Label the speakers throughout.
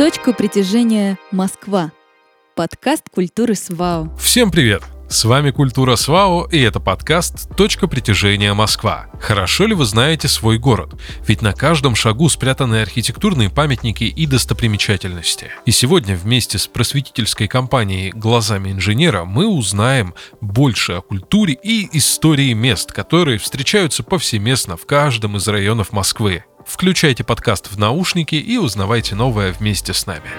Speaker 1: Точка притяжения Москва. Подкаст культуры СВАО.
Speaker 2: Всем привет! С вами Культура СВАО, и это подкаст «Точка притяжения Москва». Хорошо ли вы знаете свой город? Ведь на каждом шагу спрятаны архитектурные памятники и достопримечательности. И сегодня вместе с просветительской компанией «Глазами инженера» мы узнаем больше о культуре и истории мест, которые встречаются повсеместно в каждом из районов Москвы. Включайте подкаст в наушники и узнавайте новое вместе с нами.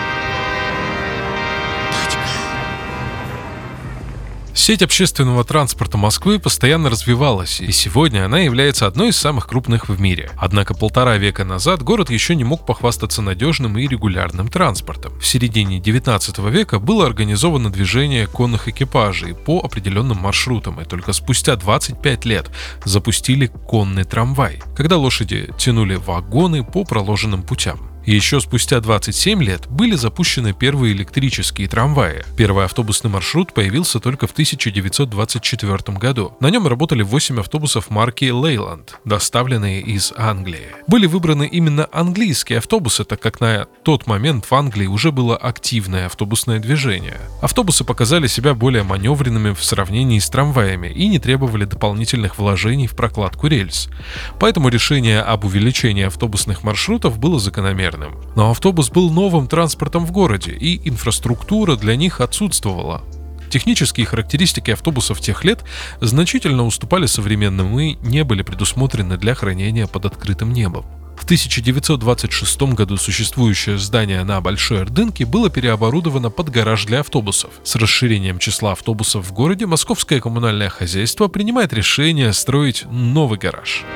Speaker 2: Сеть общественного транспорта Москвы постоянно развивалась, и сегодня она является одной из самых крупных в мире. Однако 1,5 века назад город еще не мог похвастаться надежным и регулярным транспортом. В середине 19 века было организовано движение конных экипажей по определенным маршрутам, и только спустя 25 лет запустили конный трамвай, когда лошади тянули вагоны по проложенным путям. И еще спустя 27 лет были запущены первые электрические трамваи. Первый автобусный маршрут появился только в 1924 году. На нем работали 8 автобусов марки Leyland, доставленные из Англии. Были выбраны именно английские автобусы, так как на тот момент в Англии уже было активное автобусное движение. Автобусы показали себя более маневренными в сравнении с трамваями и не требовали дополнительных вложений в прокладку рельс. Поэтому решение об увеличении автобусных маршрутов было закономерным. Но автобус был новым транспортом в городе, и инфраструктура для них отсутствовала. Технические характеристики автобусов тех лет значительно уступали современным и не были предусмотрены для хранения под открытым небом. В 1926 году существующее здание на Большой Ордынке было переоборудовано под гараж для автобусов. С расширением числа автобусов в городе Московское коммунальное хозяйство принимает решение строить новый гараж.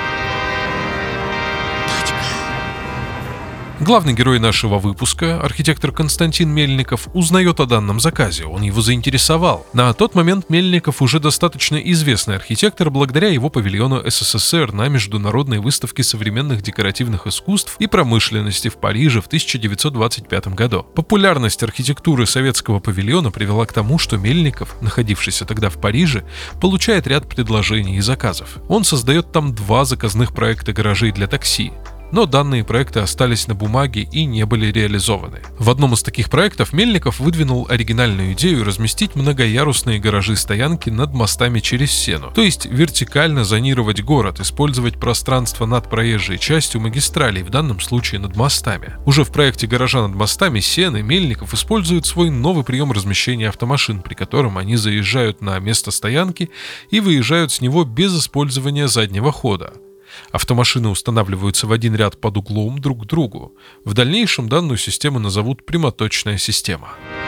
Speaker 2: Главный герой нашего выпуска, архитектор Константин Мельников, узнает о данном заказе, он его заинтересовал. На тот момент Мельников уже достаточно известный архитектор благодаря его павильону СССР на Международной выставке современных декоративных искусств и промышленности в Париже в 1925 году. Популярность архитектуры советского павильона привела к тому, что Мельников, находившийся тогда в Париже, получает ряд предложений и заказов. Он создает там 2 заказных проекта гаражей для такси. Но данные проекты остались на бумаге и не были реализованы. В одном из таких проектов Мельников выдвинул оригинальную идею разместить многоярусные гаражи-стоянки над мостами через Сену, то есть вертикально зонировать город, использовать пространство над проезжей частью магистралей, в данном случае над мостами. Уже в проекте гаража над мостами Сены Мельников использует свой новый прием размещения автомашин, при котором они заезжают на место стоянки и выезжают с него без использования заднего хода. Автомашины устанавливаются в один ряд под углом друг к другу. В дальнейшем данную систему назовут прямоточная система.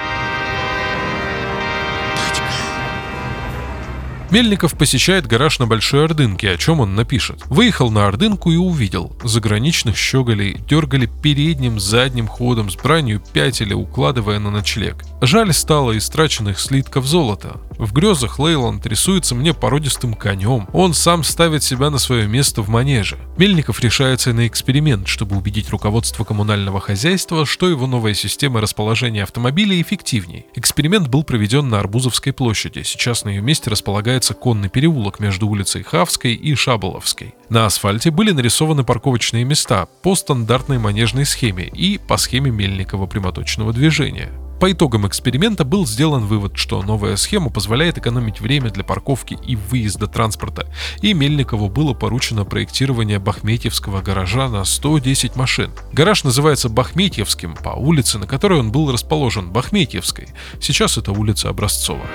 Speaker 2: Мельников посещает гараж на Большой Ордынке, о чем он напишет. Выехал на Ордынку и увидел. Заграничных щеголей дергали передним, задним ходом с бранью пятели, укладывая на ночлег. Жаль стало истраченных слитков золота. В грезах Лейланд рисуется мне породистым конем. Он сам ставит себя на свое место в манеже. Мельников решается на эксперимент, чтобы убедить руководство коммунального хозяйства, что его новая система расположения автомобилей эффективней. Эксперимент был проведен на Арбузовской площади. Сейчас на ее месте располагается конный переулок между улицей Хавской и Шаболовской. На асфальте были нарисованы парковочные места по стандартной манежной схеме и по схеме Мельникова прямоточного движения. По итогам эксперимента был сделан вывод, что новая схема позволяет экономить время для парковки и выезда транспорта, и Мельникову было поручено проектирование Бахметьевского гаража на 110 машин. Гараж называется Бахметьевским по улице, на которой он был расположен, Бахметьевской. Сейчас это улица Образцова.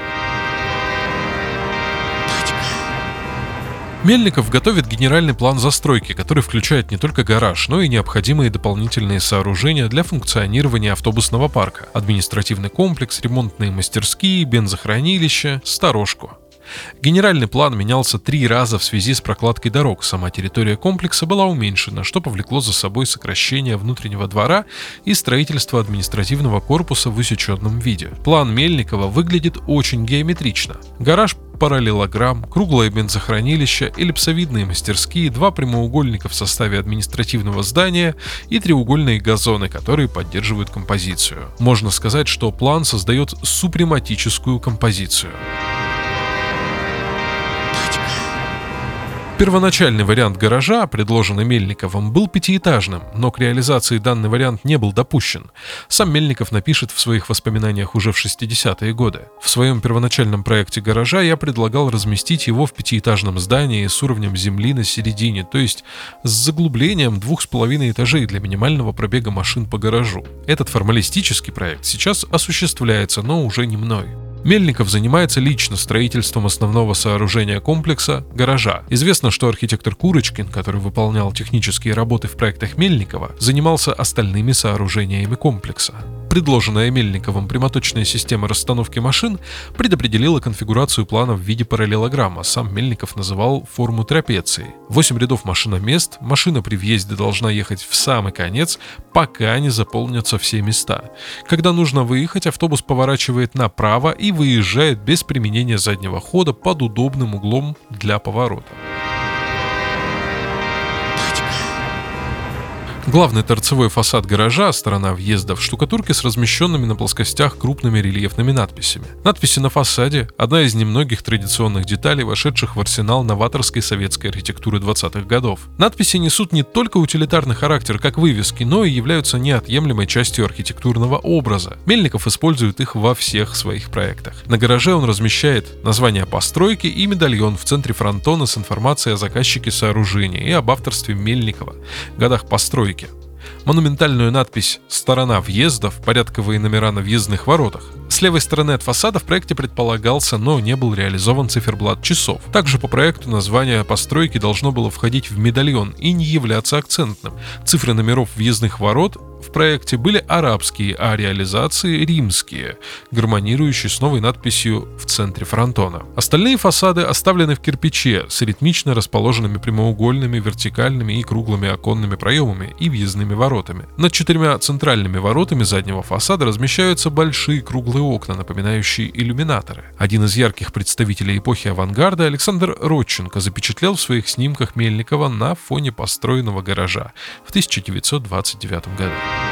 Speaker 2: Мельников готовит генеральный план застройки, который включает не только гараж, но и необходимые дополнительные сооружения для функционирования автобусного парка, административный комплекс, ремонтные мастерские, бензохранилище, сторожку. Генеральный план менялся 3 раза в связи с прокладкой дорог. Сама территория комплекса была уменьшена, что повлекло за собой сокращение внутреннего двора и строительство административного корпуса в усеченном виде. План Мельникова выглядит очень геометрично. Гараж, параллелограмм, круглое бензохранилище, эллипсовидные мастерские, 2 прямоугольника в составе административного здания и треугольные газоны, которые поддерживают композицию. Можно сказать, что план создает супрематическую композицию. Первоначальный вариант гаража, предложенный Мельниковым, был пятиэтажным, но к реализации данный вариант не был допущен. Сам Мельников напишет в своих воспоминаниях уже в 60-е годы. В своем первоначальном проекте гаража я предлагал разместить его в пятиэтажном здании с уровнем земли на середине, то есть с заглублением 2,5 этажей для минимального пробега машин по гаражу. Этот формалистический проект сейчас осуществляется, но уже не мной. Мельников занимается лично строительством основного сооружения комплекса – гаража. Известно, что архитектор Курочкин, который выполнял технические работы в проектах Мельникова, занимался остальными сооружениями комплекса. Предложенная Мельниковым прямоточная система расстановки машин предопределила конфигурацию плана в виде параллелограмма. Сам Мельников называл форму трапеции. 8 рядов машиномест, машина при въезде должна ехать в самый конец, пока не заполнятся все места. Когда нужно выехать, автобус поворачивает направо и выезжает без применения заднего хода под удобным углом для поворота. Главный торцевой фасад гаража, сторона въезда, в штукатурке с размещенными на плоскостях крупными рельефными надписями. Надписи на фасаде – одна из немногих традиционных деталей, вошедших в арсенал новаторской советской архитектуры 20-х годов. Надписи несут не только утилитарный характер, как вывески, но и являются неотъемлемой частью архитектурного образа. Мельников использует их во всех своих проектах. На гараже он размещает название постройки и медальон в центре фронтона с информацией о заказчике сооружения и об авторстве Мельникова, годах постройки. Монументальную надпись «Сторона въездов», порядковые номера на въездных воротах. С левой стороны от фасада в проекте предполагался, но не был реализован циферблат часов. Также по проекту название постройки должно было входить в медальон и не являться акцентным. Цифры номеров въездных ворот в проекте были арабские, а реализации римские, гармонирующие с новой надписью в центре фронтона. Остальные фасады оставлены в кирпиче с ритмично расположенными прямоугольными, вертикальными и круглыми оконными проемами и въездными воротами. Над 4 центральными воротами заднего фасада размещаются большие круглые окна, напоминающие иллюминаторы. Один из ярких представителей эпохи авангарда, Александр Родченко, запечатлел в своих снимках Мельникова на фоне построенного гаража в 1929 году.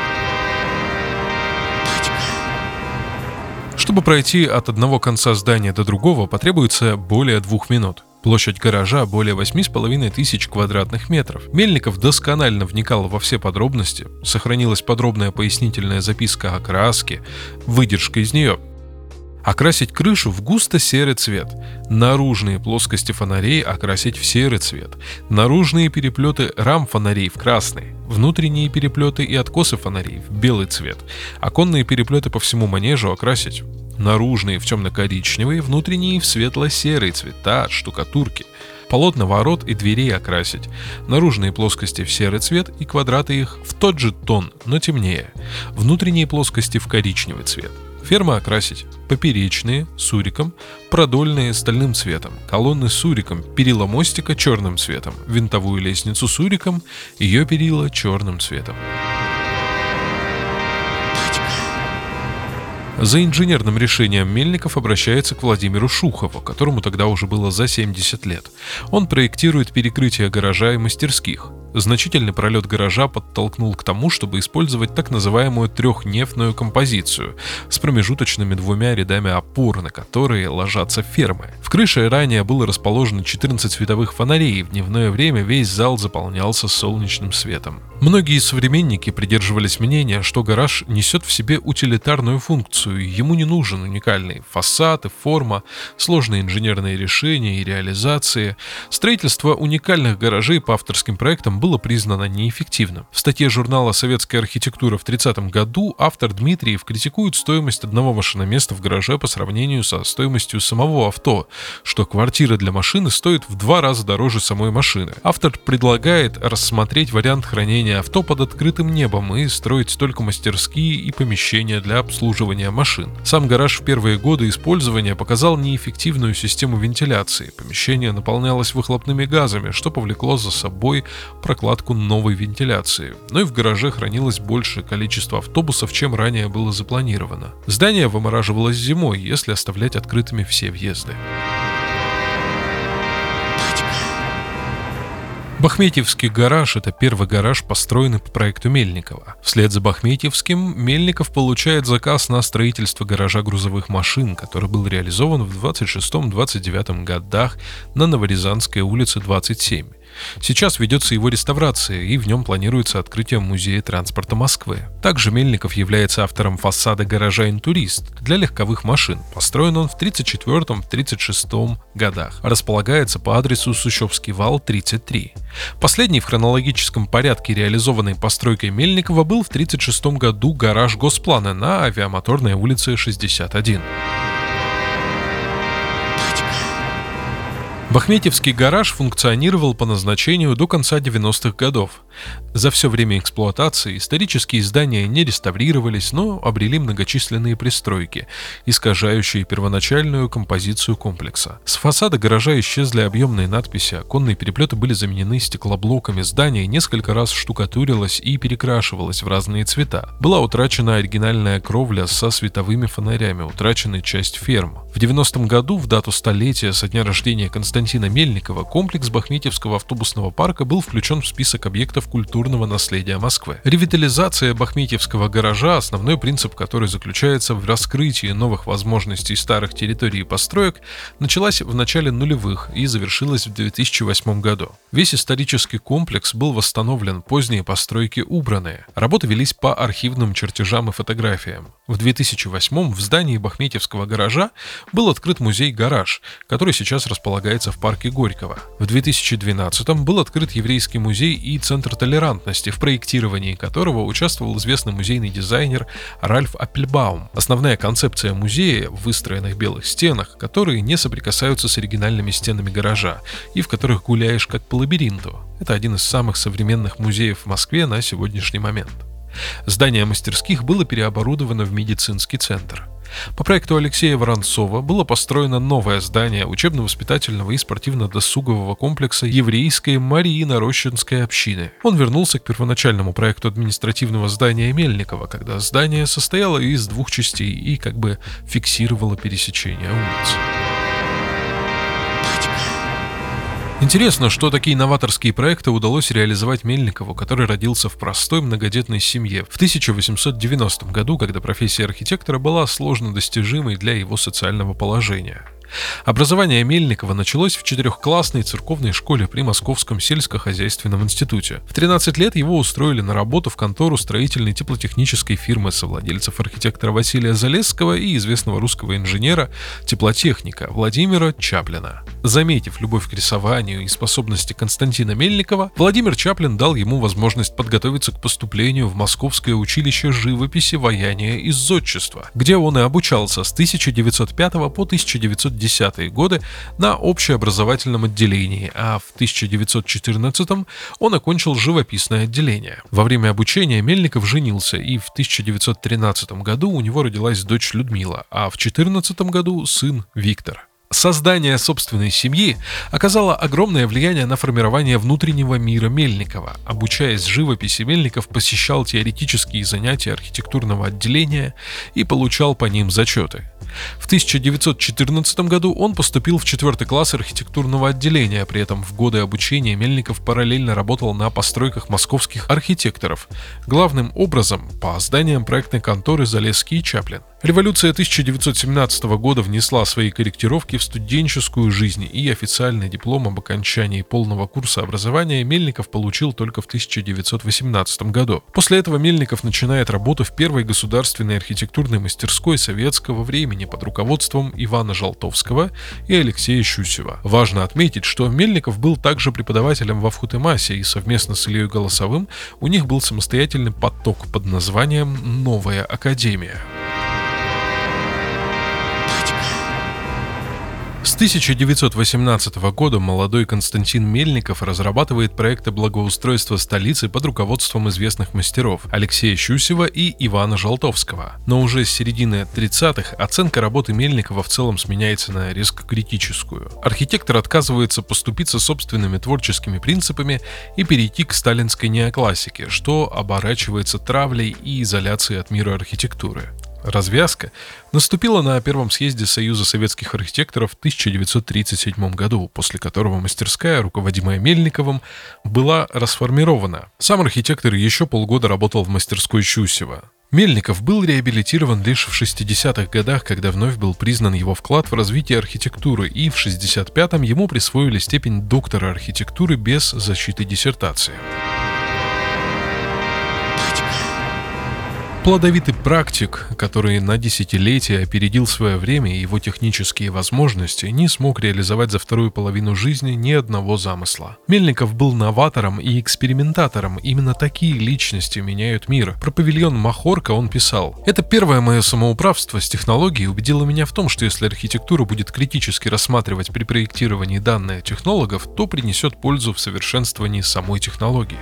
Speaker 2: Чтобы пройти от одного конца здания до другого, потребуется более 2 минут. Площадь гаража более 8500 квадратных метров. Мельников досконально вникал во все подробности. Сохранилась подробная пояснительная записка о краске, выдержка из нее. Окрасить крышу в густо-серый цвет. Наружные плоскости фонарей окрасить в серый цвет. Наружные переплеты рам фонарей в красный. Внутренние переплеты и откосы фонарей в белый цвет. Оконные переплеты по всему манежу окрасить. Наружные в темно-коричневый, внутренние в светло-серый цвета от штукатурки. Полотна ворот и дверей окрасить. Наружные плоскости в серый цвет и квадраты их в тот же тон, но темнее. Внутренние плоскости в коричневый цвет. Фермы окрасить. Поперечные – суриком, продольные – стальным цветом, колонны суриком, перила мостика – черным цветом, винтовую лестницу суриком, ее перила – черным цветом. За инженерным решением Мельников обращается к Владимиру Шухову, которому тогда уже было за 70 лет. Он проектирует перекрытие гаража и мастерских. Значительный пролет гаража подтолкнул к тому, чтобы использовать так называемую трехнефную композицию с промежуточными 2 рядами опор, на которые ложатся фермы. В крыше ранее было расположено 14 световых фонарей, и в дневное время весь зал заполнялся солнечным светом. Многие современники придерживались мнения, что гараж несет в себе утилитарную функцию, ему не нужен уникальный фасад и форма, сложные инженерные решения и реализации. Строительство уникальных гаражей по авторским проектам было признано неэффективным. В статье журнала «Советская архитектура» в 1930 году автор Дмитриев критикует стоимость одного машиноместа в гараже по сравнению со стоимостью самого авто, что квартира для машины стоит в 2 раза дороже самой машины. Автор предлагает рассмотреть вариант хранения авто под открытым небом и строить только мастерские и помещения для обслуживания машин. Сам гараж в первые годы использования показал неэффективную систему вентиляции. Помещение наполнялось выхлопными газами, что повлекло за собой прокладку новой вентиляции. Но и в гараже хранилось большее количество автобусов, чем ранее было запланировано. Здание вымораживалось зимой, если оставлять открытыми все въезды. Бахметьевский гараж – это первый гараж, построенный по проекту Мельникова. Вслед за Бахметьевским Мельников получает заказ на строительство гаража грузовых машин, который был реализован в 26-29 годах на Новорязанской улице 27. Сейчас ведется его реставрация, и в нем планируется открытие музея транспорта Москвы. Также Мельников является автором фасада гаража «Интурист» для легковых машин. Построен он в 1934-1936 годах. Располагается по адресу Сущевский вал, 33. Последний в хронологическом порядке реализованной постройкой Мельникова был в 1936 году гараж Госплана на Авиамоторной улице 61. Бахметьевский гараж функционировал по назначению до конца 90-х годов. За все время эксплуатации исторические здания не реставрировались, но обрели многочисленные пристройки, искажающие первоначальную композицию комплекса. С фасада гаража исчезли объемные надписи, оконные переплеты были заменены стеклоблоками, здание несколько раз штукатурилось и перекрашивалось в разные цвета. Была утрачена оригинальная кровля со световыми фонарями, утрачена часть ферм. В 90-м году, в дату столетия со дня рождения Константина Мельникова, комплекс Бахметьевского автобусного парка был включен в список объектов культурного наследия Москвы. Ревитализация Бахметьевского гаража, основной принцип которой заключается в раскрытии новых возможностей старых территорий и построек, началась в начале нулевых и завершилась в 2008 году. Весь исторический комплекс был восстановлен, поздние постройки убраны. Работы велись по архивным чертежам и фотографиям. В 2008 в здании Бахметьевского гаража был открыт музей-гараж, который сейчас располагается в парке Горького. В 2012 был открыт еврейский музей и центр толерантности, в проектировании которого участвовал известный музейный дизайнер Ральф Аппельбаум. Основная концепция музея в выстроенных белых стенах, которые не соприкасаются с оригинальными стенами гаража и в которых гуляешь как по лабиринту. Это один из самых современных музеев в Москве на сегодняшний момент. Здание мастерских было переоборудовано в медицинский центр. По проекту Алексея Воронцова было построено новое здание учебно-воспитательного и спортивно-досугового комплекса еврейской Мариино-Рощинской общины. Он вернулся к первоначальному проекту административного здания Мельникова, когда здание состояло из двух частей и как бы фиксировало пересечение улиц. Интересно, что такие новаторские проекты удалось реализовать Мельникову, который родился в простой многодетной семье в 1890 году, когда профессия архитектора была сложно достижимой для его социального положения. Образование Мельникова началось в 4-классной церковной школе при Московском сельскохозяйственном институте. В 13 лет его устроили на работу в контору строительной теплотехнической фирмы совладельцев архитектора Василия Залесского и известного русского инженера-теплотехника Владимира Чаплина. Заметив любовь к рисованию и способности Константина Мельникова, Владимир Чаплин дал ему возможность подготовиться к поступлению в Московское училище живописи, ваяния и зодчества, где он и обучался с 1905 по 1910 годы на общеобразовательном отделении, а в 1914 он окончил живописное отделение. Во время обучения Мельников женился, и в 1913 году у него родилась дочь Людмила, а в 1914 году сын Виктор. Создание собственной семьи оказало огромное влияние на формирование внутреннего мира Мельникова. Обучаясь живописи, Мельников посещал теоретические занятия архитектурного отделения и получал по ним зачеты. В 1914 году он поступил в 4 класс архитектурного отделения, при этом в годы обучения Мельников параллельно работал на постройках московских архитекторов, главным образом по зданиям проектной конторы Залесский и Чаплин. Революция 1917 года внесла свои корректировки в студенческую жизнь, и официальный диплом об окончании полного курса образования Мельников получил только в 1918 году. После этого Мельников начинает работу в первой государственной архитектурной мастерской советского времени под руководством Ивана Жалтовского и Алексея Щусева. Важно отметить, что Мельников был также преподавателем во Вхутемасе, и совместно с Ильей Голосовым у них был самостоятельный поток под названием «Новая академия». С 1918 года молодой Константин Мельников разрабатывает проекты благоустройства столицы под руководством известных мастеров Алексея Щусева и Ивана Жалтовского. Но уже с середины 30-х оценка работы Мельникова в целом сменяется на резко критическую. Архитектор отказывается поступиться собственными творческими принципами и перейти к сталинской неоклассике, что оборачивается травлей и изоляцией от мира архитектуры. развязка наступила на первом съезде Союза советских архитекторов в 1937 году, после которого мастерская, руководимая Мельниковым, была расформирована. Сам архитектор еще полгода работал в мастерской Щусева. Мельников был реабилитирован лишь в 60-х годах, когда вновь был признан его вклад в развитие архитектуры, и в 65-м ему присвоили степень доктора архитектуры без защиты диссертации. Плодовитый практик, который на десятилетия опередил свое время и его технические возможности, не смог реализовать за вторую половину жизни ни одного замысла. Мельников был новатором и экспериментатором. Именно такие личности меняют мир. Про павильон Махорка он писал: «Это первое мое самоуправство с технологией убедило меня в том, что если архитектура будет критически рассматривать при проектировании данные технологов, то принесет пользу в совершенствовании самой технологии».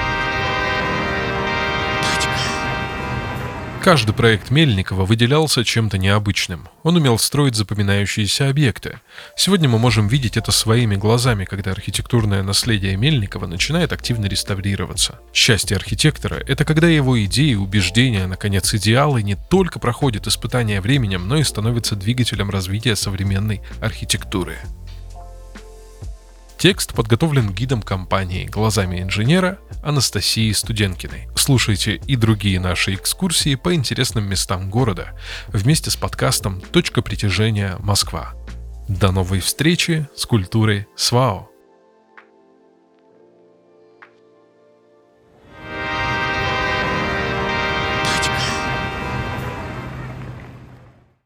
Speaker 2: Каждый проект Мельникова выделялся чем-то необычным. Он умел строить запоминающиеся объекты. Сегодня мы можем видеть это своими глазами, когда архитектурное наследие Мельникова начинает активно реставрироваться. Счастье архитектора — это когда его идеи, убеждения, наконец идеалы не только проходят испытания временем, но и становятся двигателем развития современной архитектуры. Текст подготовлен гидом компании «Глазами инженера» Анастасией Студенкиной. Слушайте и другие наши экскурсии по интересным местам города вместе с подкастом «Точка притяжения Москва». До новой встречи с культурой СВАО!